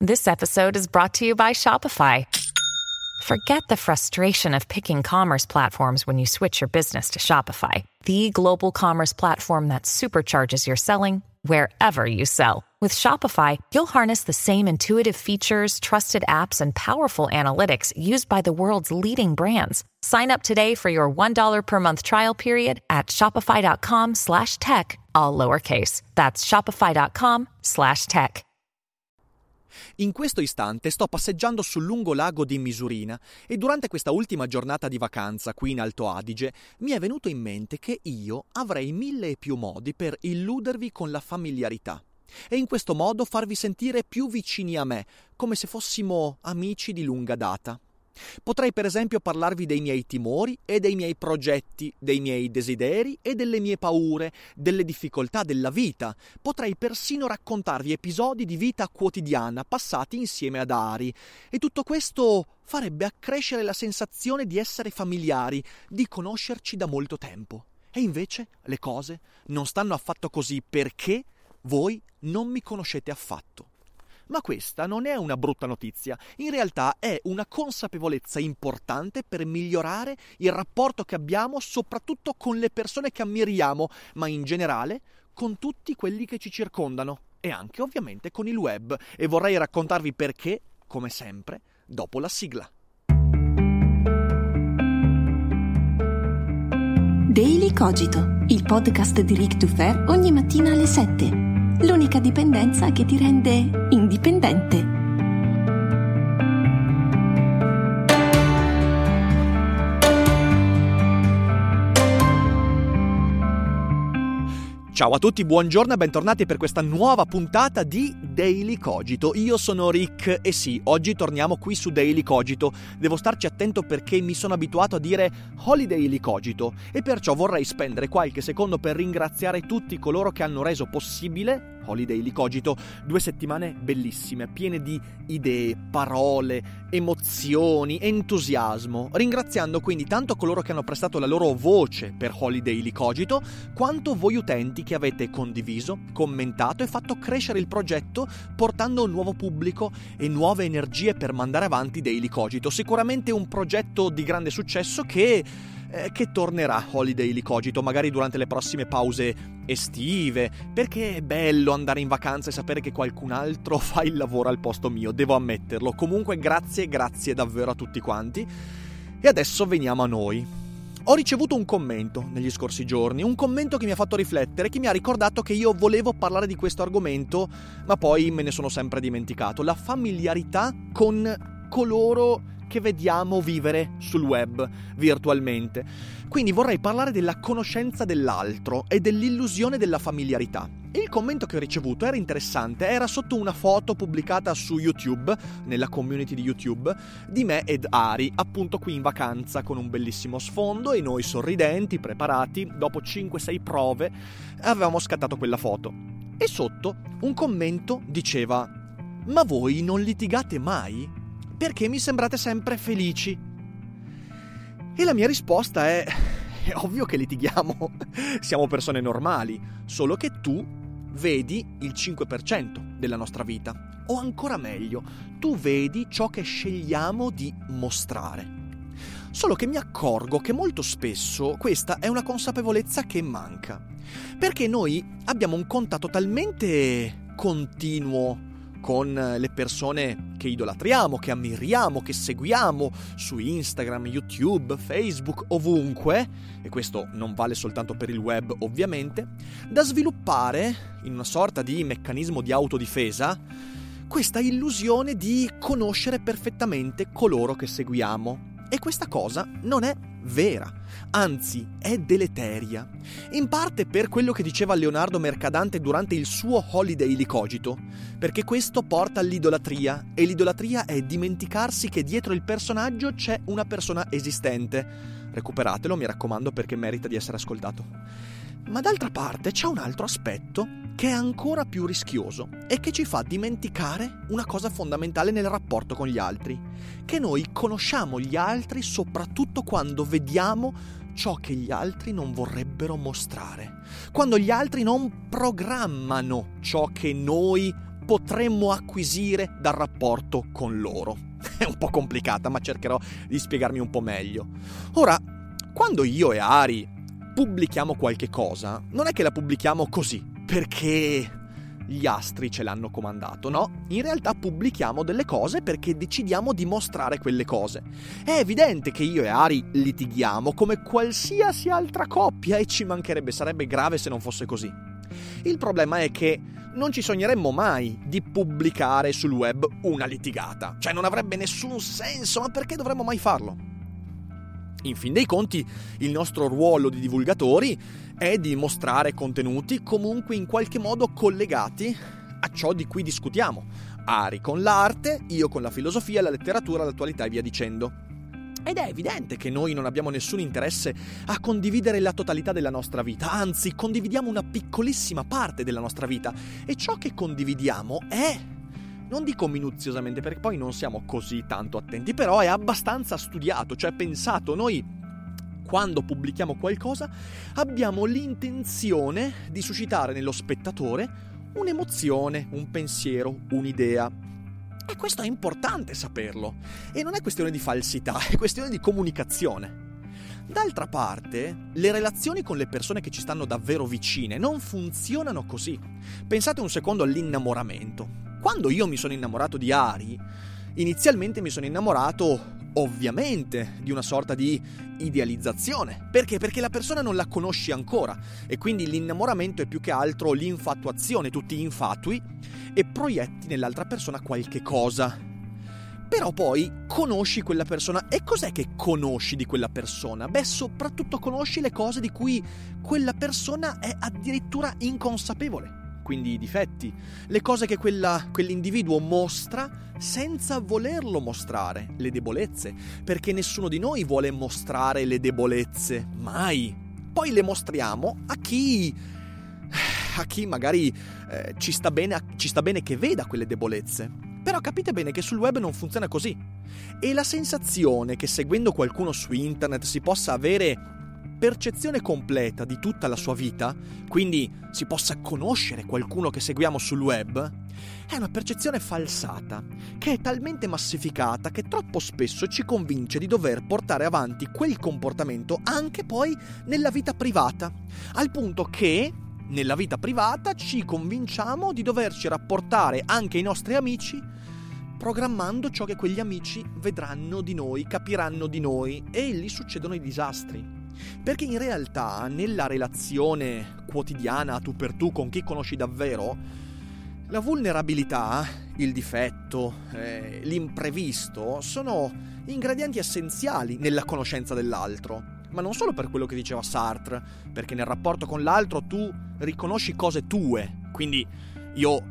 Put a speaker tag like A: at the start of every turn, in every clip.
A: This episode is brought to you by Shopify. Forget the frustration of picking commerce platforms when you switch your business to Shopify, the global commerce platform that supercharges your selling wherever you sell. With Shopify, you'll harness the same intuitive features, trusted apps, and powerful analytics used by the world's leading brands. Sign up today for your $1 per month trial period at shopify.com/tech, all lowercase. That's shopify.com/tech.
B: In questo istante sto passeggiando sul lungo lago di Misurina e durante questa ultima giornata di vacanza qui in Alto Adige mi è venuto in mente che io avrei 1000 e più modi per illudervi con la familiarità e in questo modo farvi sentire più vicini a me, come se fossimo amici di lunga data. Potrei per esempio parlarvi dei miei timori e dei miei progetti, dei miei desideri e delle mie paure, delle difficoltà della vita. Potrei persino raccontarvi episodi di vita quotidiana passati insieme ad Ari. E tutto questo farebbe accrescere la sensazione di essere familiari, di conoscerci da molto tempo. E invece le cose non stanno affatto così perché voi non mi conoscete affatto. Ma questa non è una brutta notizia, in realtà è una consapevolezza importante per migliorare il rapporto che abbiamo soprattutto con le persone che ammiriamo, ma in generale con tutti quelli che ci circondano e anche ovviamente con il web. E vorrei raccontarvi perché, come sempre, dopo la sigla.
C: Daily Cogito, il podcast di Rick Dufer ogni mattina alle 7. L'unica dipendenza che ti rende indipendente.
B: Ciao a tutti, buongiorno e bentornati per questa nuova puntata di Daily Cogito. Io sono Rick e sì, oggi torniamo qui su Daily Cogito. Devo starci attento perché mi sono abituato a dire Holiday Cogito e perciò vorrei spendere qualche secondo per ringraziare tutti coloro che hanno reso possibile Holiday Cogito, 2 settimane bellissime, piene di idee, parole, emozioni, entusiasmo. Ringraziando quindi tanto coloro che hanno prestato la loro voce per Holiday Cogito, quanto voi utenti che avete condiviso, commentato e fatto crescere il progetto portando un nuovo pubblico e nuove energie per mandare avanti Daily Cogito. Sicuramente un progetto di grande successo che tornerà Holiday Cogito, magari durante le prossime pause estive, perché è bello andare in vacanza e sapere che qualcun altro fa il lavoro al posto mio, devo ammetterlo. Comunque grazie davvero a tutti quanti. E adesso veniamo a noi. Ho ricevuto un commento negli scorsi giorni, un commento che mi ha fatto riflettere, che mi ha ricordato che io volevo parlare di questo argomento, ma poi me ne sono sempre dimenticato. La familiarità con coloro che vediamo vivere sul web virtualmente. Quindi vorrei parlare della conoscenza dell'altro e dell'illusione della familiarità. Il commento che ho ricevuto era interessante, era sotto una foto pubblicata su YouTube, nella community di YouTube, di me ed Ari, appunto qui in vacanza con un bellissimo sfondo e noi sorridenti, preparati, dopo 5-6 prove avevamo scattato quella foto. E sotto un commento diceva: "Ma voi non litigate mai? Perché mi sembrate sempre felici?" E la mia risposta è ovvio che litighiamo, siamo persone normali, solo che tu vedi il 5% della nostra vita, o ancora meglio, tu vedi ciò che scegliamo di mostrare. Solo che mi accorgo che molto spesso questa è una consapevolezza che manca, perché noi abbiamo un contatto talmente continuo con le persone che idolatriamo, che ammiriamo, che seguiamo su Instagram, YouTube, Facebook, ovunque, e questo non vale soltanto per il web ovviamente, da sviluppare, in una sorta di meccanismo di autodifesa, questa illusione di conoscere perfettamente coloro che seguiamo. E questa cosa non è vera, anzi è deleteria. In parte per quello che diceva Leonardo Mercadante durante il suo Holiday Cogito, perché questo porta all'idolatria, e l'idolatria è dimenticarsi che dietro il personaggio c'è una persona esistente. Recuperatelo, mi raccomando, perché merita di essere ascoltato. Ma d'altra parte c'è un altro aspetto che è ancora più rischioso e che ci fa dimenticare una cosa fondamentale nel rapporto con gli altri, che noi conosciamo gli altri soprattutto quando vediamo ciò che gli altri non vorrebbero mostrare, quando gli altri non programmano ciò che noi potremmo acquisire dal rapporto con loro. È un po' complicata, ma cercherò di spiegarmi un po' meglio. Ora, quando io e Ari pubblichiamo qualche cosa, non è che la pubblichiamo così, perché gli astri ce l'hanno comandato, no? In realtà pubblichiamo delle cose perché decidiamo di mostrare quelle cose. È evidente che io e Ari litighiamo come qualsiasi altra coppia e ci mancherebbe, sarebbe grave se non fosse così. Il problema è che non ci sogneremmo mai di pubblicare sul web una litigata. Cioè non avrebbe nessun senso, ma perché dovremmo mai farlo? In fin dei conti, il nostro ruolo di divulgatori è di mostrare contenuti comunque in qualche modo collegati a ciò di cui discutiamo. Ari con l'arte, io con la filosofia, la letteratura, l'attualità e via dicendo. Ed è evidente che noi non abbiamo nessun interesse a condividere la totalità della nostra vita, anzi condividiamo una piccolissima parte della nostra vita e ciò che condividiamo è, non dico minuziosamente perché poi non siamo così tanto attenti, però è abbastanza studiato, cioè pensato. Noi quando pubblichiamo qualcosa abbiamo l'intenzione di suscitare nello spettatore un'emozione, un pensiero, un'idea. E questo è importante saperlo. E non è questione di falsità, è questione di comunicazione. D'altra parte, le relazioni con le persone che ci stanno davvero vicine non funzionano così. Pensate un secondo all'innamoramento. Quando io mi sono innamorato di Ari, inizialmente mi sono innamorato ovviamente di una sorta di idealizzazione. Perché? Perché la persona non la conosci ancora e quindi l'innamoramento è più che altro l'infatuazione. Tu ti infatui e proietti nell'altra persona qualche cosa. Però poi conosci quella persona. E cos'è che conosci di quella persona? Beh, soprattutto conosci le cose di cui quella persona è addirittura inconsapevole. Quindi i difetti, le cose che quell'individuo mostra senza volerlo mostrare, le debolezze, perché nessuno di noi vuole mostrare le debolezze, mai. Poi le mostriamo a chi magari ci sta bene che veda quelle debolezze. Però capite bene che sul web non funziona così. E la sensazione che seguendo qualcuno su internet si possa avere percezione completa di tutta la sua vita, quindi si possa conoscere qualcuno che seguiamo sul web, è una percezione falsata, che è talmente massificata che troppo spesso ci convince di dover portare avanti quel comportamento anche poi nella vita privata, al punto che nella vita privata ci convinciamo di doverci rapportare anche ai nostri amici programmando ciò che quegli amici vedranno di noi, capiranno di noi, e lì succedono i disastri. Perché in realtà nella relazione quotidiana tu per tu con chi conosci davvero, la vulnerabilità, il difetto, l'imprevisto sono ingredienti essenziali nella conoscenza dell'altro. Ma non solo per quello che diceva Sartre, perché nel rapporto con l'altro tu riconosci cose tue. Quindi io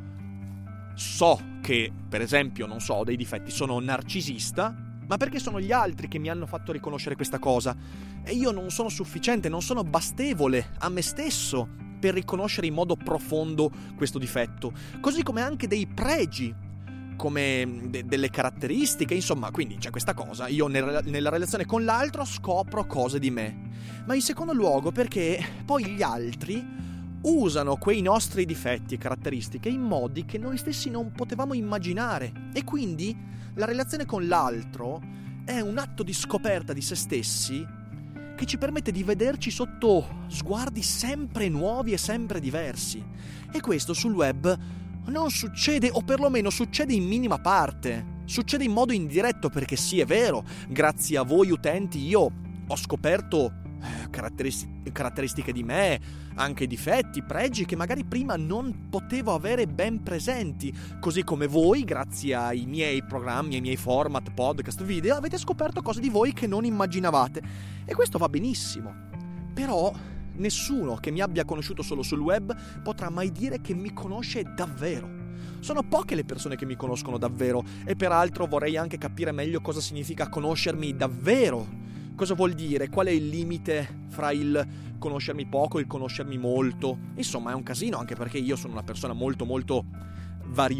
B: so che, per esempio, non so, ho dei difetti, sono narcisista, ma perché sono gli altri che mi hanno fatto riconoscere questa cosa e io non sono sufficiente, non sono bastevole a me stesso per riconoscere in modo profondo questo difetto, così come anche dei pregi, come delle caratteristiche, insomma. Quindi c'è questa cosa, io nella relazione con l'altro scopro cose di me, ma in secondo luogo perché poi gli altri usano quei nostri difetti e caratteristiche in modi che noi stessi non potevamo immaginare, e quindi la relazione con l'altro è un atto di scoperta di se stessi che ci permette di vederci sotto sguardi sempre nuovi e sempre diversi. E questo sul web non succede, o perlomeno succede in minima parte. Succede in modo indiretto, perché sì, è vero, grazie a voi utenti io ho scoperto caratteristiche di me, anche difetti, pregi che magari prima non potevo avere ben presenti, così come voi, grazie ai miei programmi, ai miei format, podcast, video, avete scoperto cose di voi che non immaginavate, e questo va benissimo. Però nessuno che mi abbia conosciuto solo sul web potrà mai dire che mi conosce davvero. Sono poche le persone che mi conoscono davvero, e peraltro vorrei anche capire meglio cosa significa conoscermi davvero. Cosa vuol dire? Qual è il limite fra il conoscermi poco e il conoscermi molto? Insomma, è un casino, anche perché io sono una persona molto molto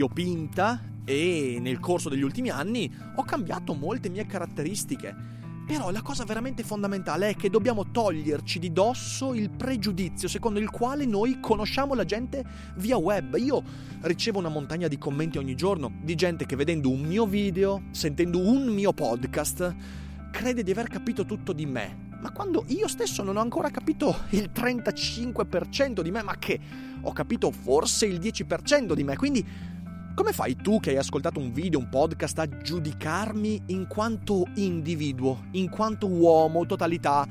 B: variopinta e nel corso degli ultimi anni ho cambiato molte mie caratteristiche. Però la cosa veramente fondamentale è che dobbiamo toglierci di dosso il pregiudizio secondo il quale noi conosciamo la gente via web. Io ricevo una montagna di commenti ogni giorno di gente che vedendo un mio video, sentendo un mio podcast, crede di aver capito tutto di me. Ma quando io stesso non ho ancora capito il 35% di me, ma che ho capito forse il 10% di me. Quindi come fai tu che hai ascoltato un video, un podcast, a giudicarmi in quanto individuo, in quanto uomo, totalità,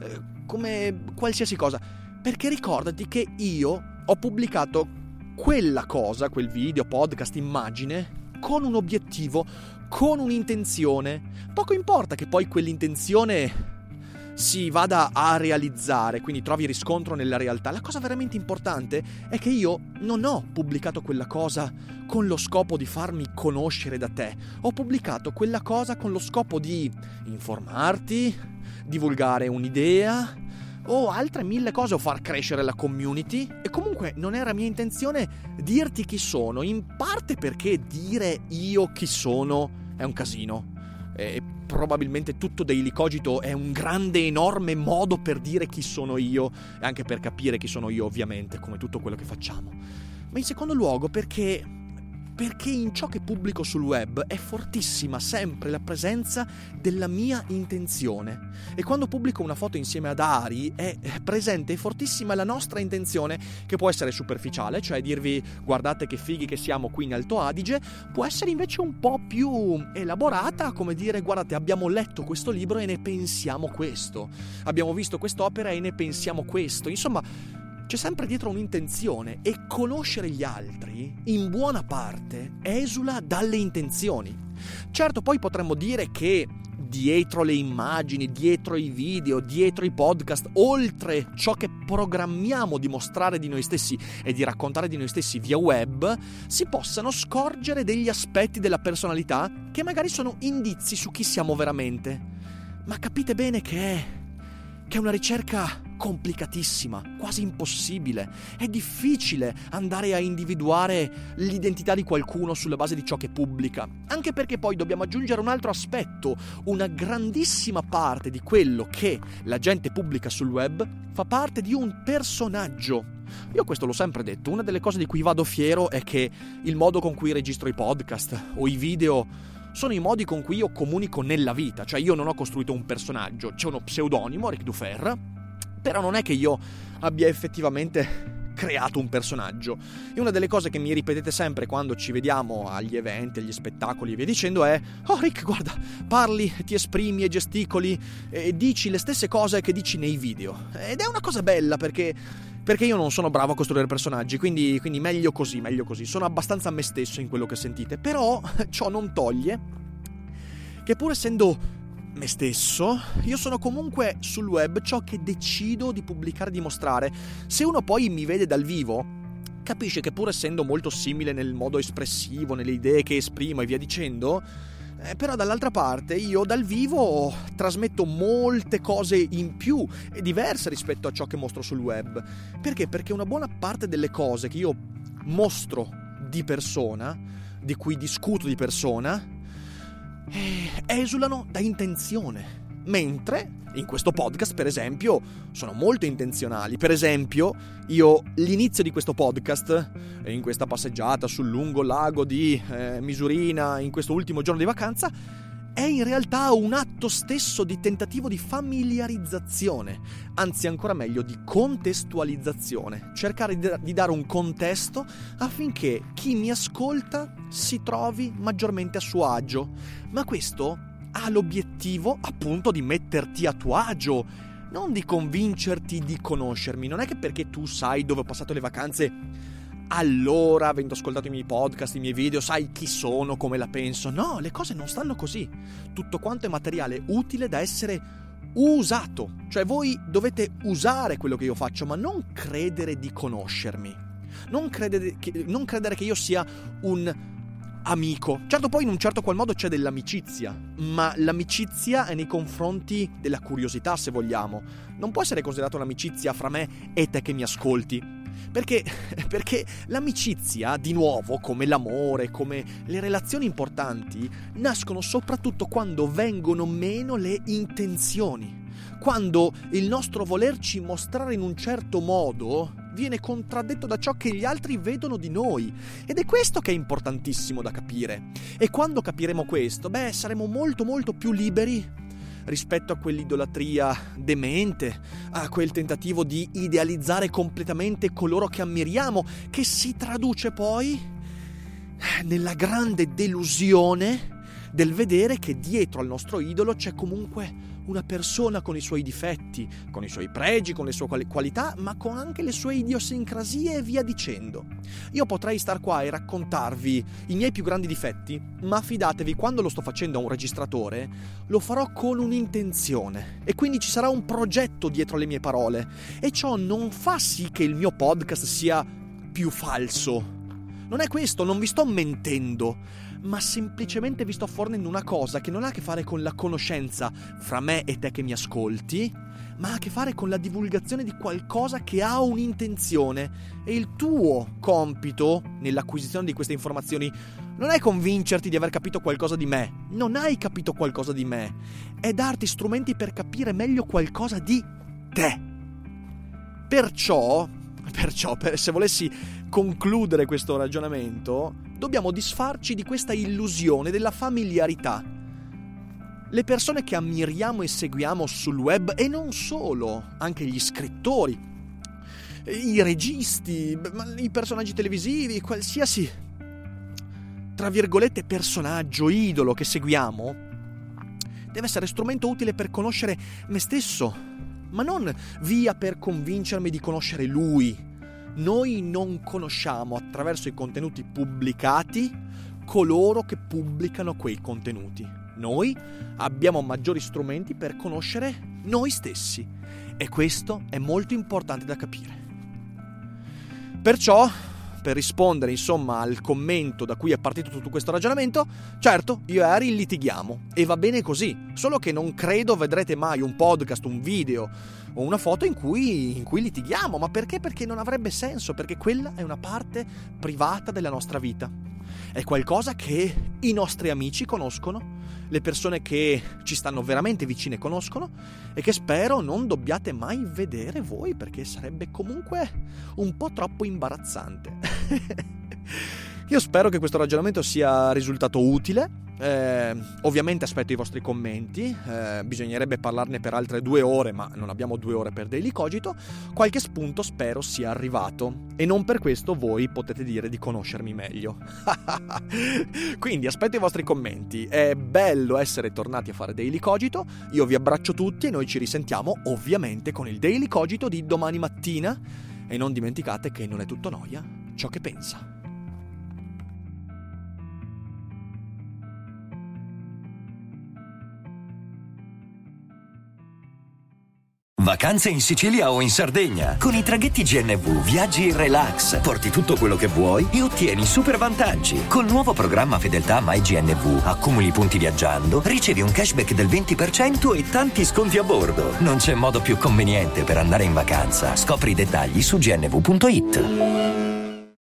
B: come qualsiasi cosa? Perché ricordati che io ho pubblicato quella cosa, quel video, podcast, immagine, con un obiettivo, con un'intenzione. Poco importa che poi quell'intenzione si vada a realizzare, quindi trovi riscontro nella realtà. La cosa veramente importante è che io non ho pubblicato quella cosa con lo scopo di farmi conoscere da te. Ho pubblicato quella cosa con lo scopo di informarti, divulgare un'idea o altre 1000 cose, o far crescere la community. E comunque non era mia intenzione dirti chi sono, in parte perché dire io chi sono è un casino. E probabilmente tutto Daily Cogito è un grande, enorme modo per dire chi sono io e anche per capire chi sono io, ovviamente, come tutto quello che facciamo. Ma in secondo luogo perché in ciò che pubblico sul web è fortissima sempre la presenza della mia intenzione. E quando pubblico una foto insieme ad Ari è presente e fortissima la nostra intenzione, che può essere superficiale, cioè dirvi guardate che fighi che siamo qui in Alto Adige, può essere invece un po' più elaborata, come dire guardate abbiamo letto questo libro e ne pensiamo questo, abbiamo visto quest'opera e ne pensiamo questo. Insomma, c'è sempre dietro un'intenzione e conoscere gli altri, in buona parte, esula dalle intenzioni. Certo, poi potremmo dire che dietro le immagini, dietro i video, dietro i podcast, oltre ciò che programmiamo di mostrare di noi stessi e di raccontare di noi stessi via web, si possano scorgere degli aspetti della personalità che magari sono indizi su chi siamo veramente. Ma capite bene che è una ricerca complicatissima, quasi impossibile. È difficile andare a individuare l'identità di qualcuno sulla base di ciò che pubblica, anche perché poi dobbiamo aggiungere un altro aspetto. Una grandissima parte di quello che la gente pubblica sul web fa parte di un personaggio. Io questo l'ho sempre detto, una delle cose di cui vado fiero è che il modo con cui registro i podcast o i video sono i modi con cui io comunico nella vita. Cioè io non ho costruito un personaggio, c'è uno pseudonimo, Ric Dufer, però non è che io abbia effettivamente creato un personaggio. E una delle cose che mi ripetete sempre quando ci vediamo agli eventi, agli spettacoli e via dicendo è oh Rick, guarda, parli, ti esprimi e gesticoli e dici le stesse cose che dici nei video. Ed è una cosa bella perché io non sono bravo a costruire personaggi, quindi meglio così. Sono abbastanza me stesso in quello che sentite, però ciò non toglie che pur essendo me stesso, io sono comunque sul web ciò che decido di pubblicare e di mostrare. Se uno poi mi vede dal vivo, capisce che pur essendo molto simile nel modo espressivo, nelle idee che esprimo e via dicendo, però dall'altra parte io dal vivo trasmetto molte cose in più e diverse rispetto a ciò che mostro sul web. Perché? Perché una buona parte delle cose che io mostro di persona, di cui discuto di persona, esulano da intenzione. Mentre in questo podcast, per esempio, sono molto intenzionali. Per esempio, io l'inizio di questo podcast, in questa passeggiata sul lungo lago di Misurina, in questo ultimo giorno di vacanza, è in realtà un atto stesso di tentativo di familiarizzazione, anzi ancora meglio di contestualizzazione, cercare di dare un contesto affinché chi mi ascolta si trovi maggiormente a suo agio. Ma questo ha l'obiettivo appunto di metterti a tuo agio, non di convincerti di conoscermi. Non è che perché tu sai dove ho passato le vacanze, allora, avendo ascoltato i miei podcast, i miei video, sai chi sono, come la penso. No, le cose non stanno così. Tutto quanto è materiale utile da essere usato. Cioè voi dovete usare quello che io faccio, ma non credere di conoscermi. Non credere che io sia un amico. Certo, poi in un certo qual modo c'è dell'amicizia, ma l'amicizia è nei confronti della curiosità, se vogliamo. Non può essere considerata un'amicizia fra me e te che mi ascolti. Perché l'amicizia, di nuovo, come l'amore, come le relazioni importanti, nascono soprattutto quando vengono meno le intenzioni. Quando il nostro volerci mostrare in un certo modo viene contraddetto da ciò che gli altri vedono di noi. Ed è questo che è importantissimo da capire. E quando capiremo questo, saremo molto molto più liberi rispetto a quell'idolatria demente, a quel tentativo di idealizzare completamente coloro che ammiriamo, che si traduce poi nella grande delusione del vedere che dietro al nostro idolo c'è comunque una persona con i suoi difetti, con i suoi pregi, con le sue qualità, ma con anche le sue idiosincrasie e via dicendo. Io potrei star qua e raccontarvi i miei più grandi difetti, ma fidatevi, quando lo sto facendo a un registratore, lo farò con un'intenzione e quindi ci sarà un progetto dietro le mie parole, e ciò non fa sì che il mio podcast sia più falso. Non è questo, non vi sto mentendo, ma semplicemente vi sto fornendo una cosa che non ha a che fare con la conoscenza fra me e te che mi ascolti, ma ha a che fare con la divulgazione di qualcosa che ha un'intenzione. E il tuo compito nell'acquisizione di queste informazioni non è convincerti di aver capito qualcosa di me, non hai capito qualcosa di me, è darti strumenti per capire meglio qualcosa di te. Perciò, se volessi concludere questo ragionamento, dobbiamo disfarci di questa illusione della familiarità. Le persone che ammiriamo e seguiamo sul web, e non solo, anche gli scrittori, i registi, i personaggi televisivi, qualsiasi, tra virgolette, personaggio, idolo che seguiamo, deve essere strumento utile per conoscere me stesso, ma non via per convincermi di conoscere lui. Noi non conosciamo attraverso i contenuti pubblicati coloro che pubblicano quei contenuti. Noi abbiamo maggiori strumenti per conoscere noi stessi, e questo è molto importante da capire. Perciò, per rispondere insomma al commento da cui è partito tutto questo ragionamento, certo, io e Ari litighiamo, e va bene così, solo che non credo vedrete mai un podcast, un video o una foto in cui litighiamo. Ma perché? Perché non avrebbe senso, perché quella è una parte privata della nostra vita, è qualcosa che i nostri amici conoscono, le persone che ci stanno veramente vicine conoscono, e che spero non dobbiate mai vedere voi, perché sarebbe comunque un po' troppo imbarazzante. Io spero che questo ragionamento sia risultato utile. Ovviamente aspetto i vostri commenti, bisognerebbe parlarne per altre 2 ore, ma non abbiamo 2 ore per Daily Cogito. Qualche spunto spero sia arrivato, e non per questo voi potete dire di conoscermi meglio. Quindi aspetto i vostri commenti. È bello essere tornati a fare Daily Cogito. Io vi abbraccio tutti e noi ci risentiamo ovviamente con il Daily Cogito di domani mattina, e non dimenticate che non è tutto noia ciò che pensa.
D: Vacanze in Sicilia o in Sardegna. Con i traghetti GNV viaggi in relax, porti tutto quello che vuoi e ottieni super vantaggi. Col nuovo programma Fedeltà MyGNV accumuli punti viaggiando, ricevi un cashback del 20% e tanti sconti a bordo. Non c'è modo più conveniente per andare in vacanza. Scopri i dettagli su gnv.it.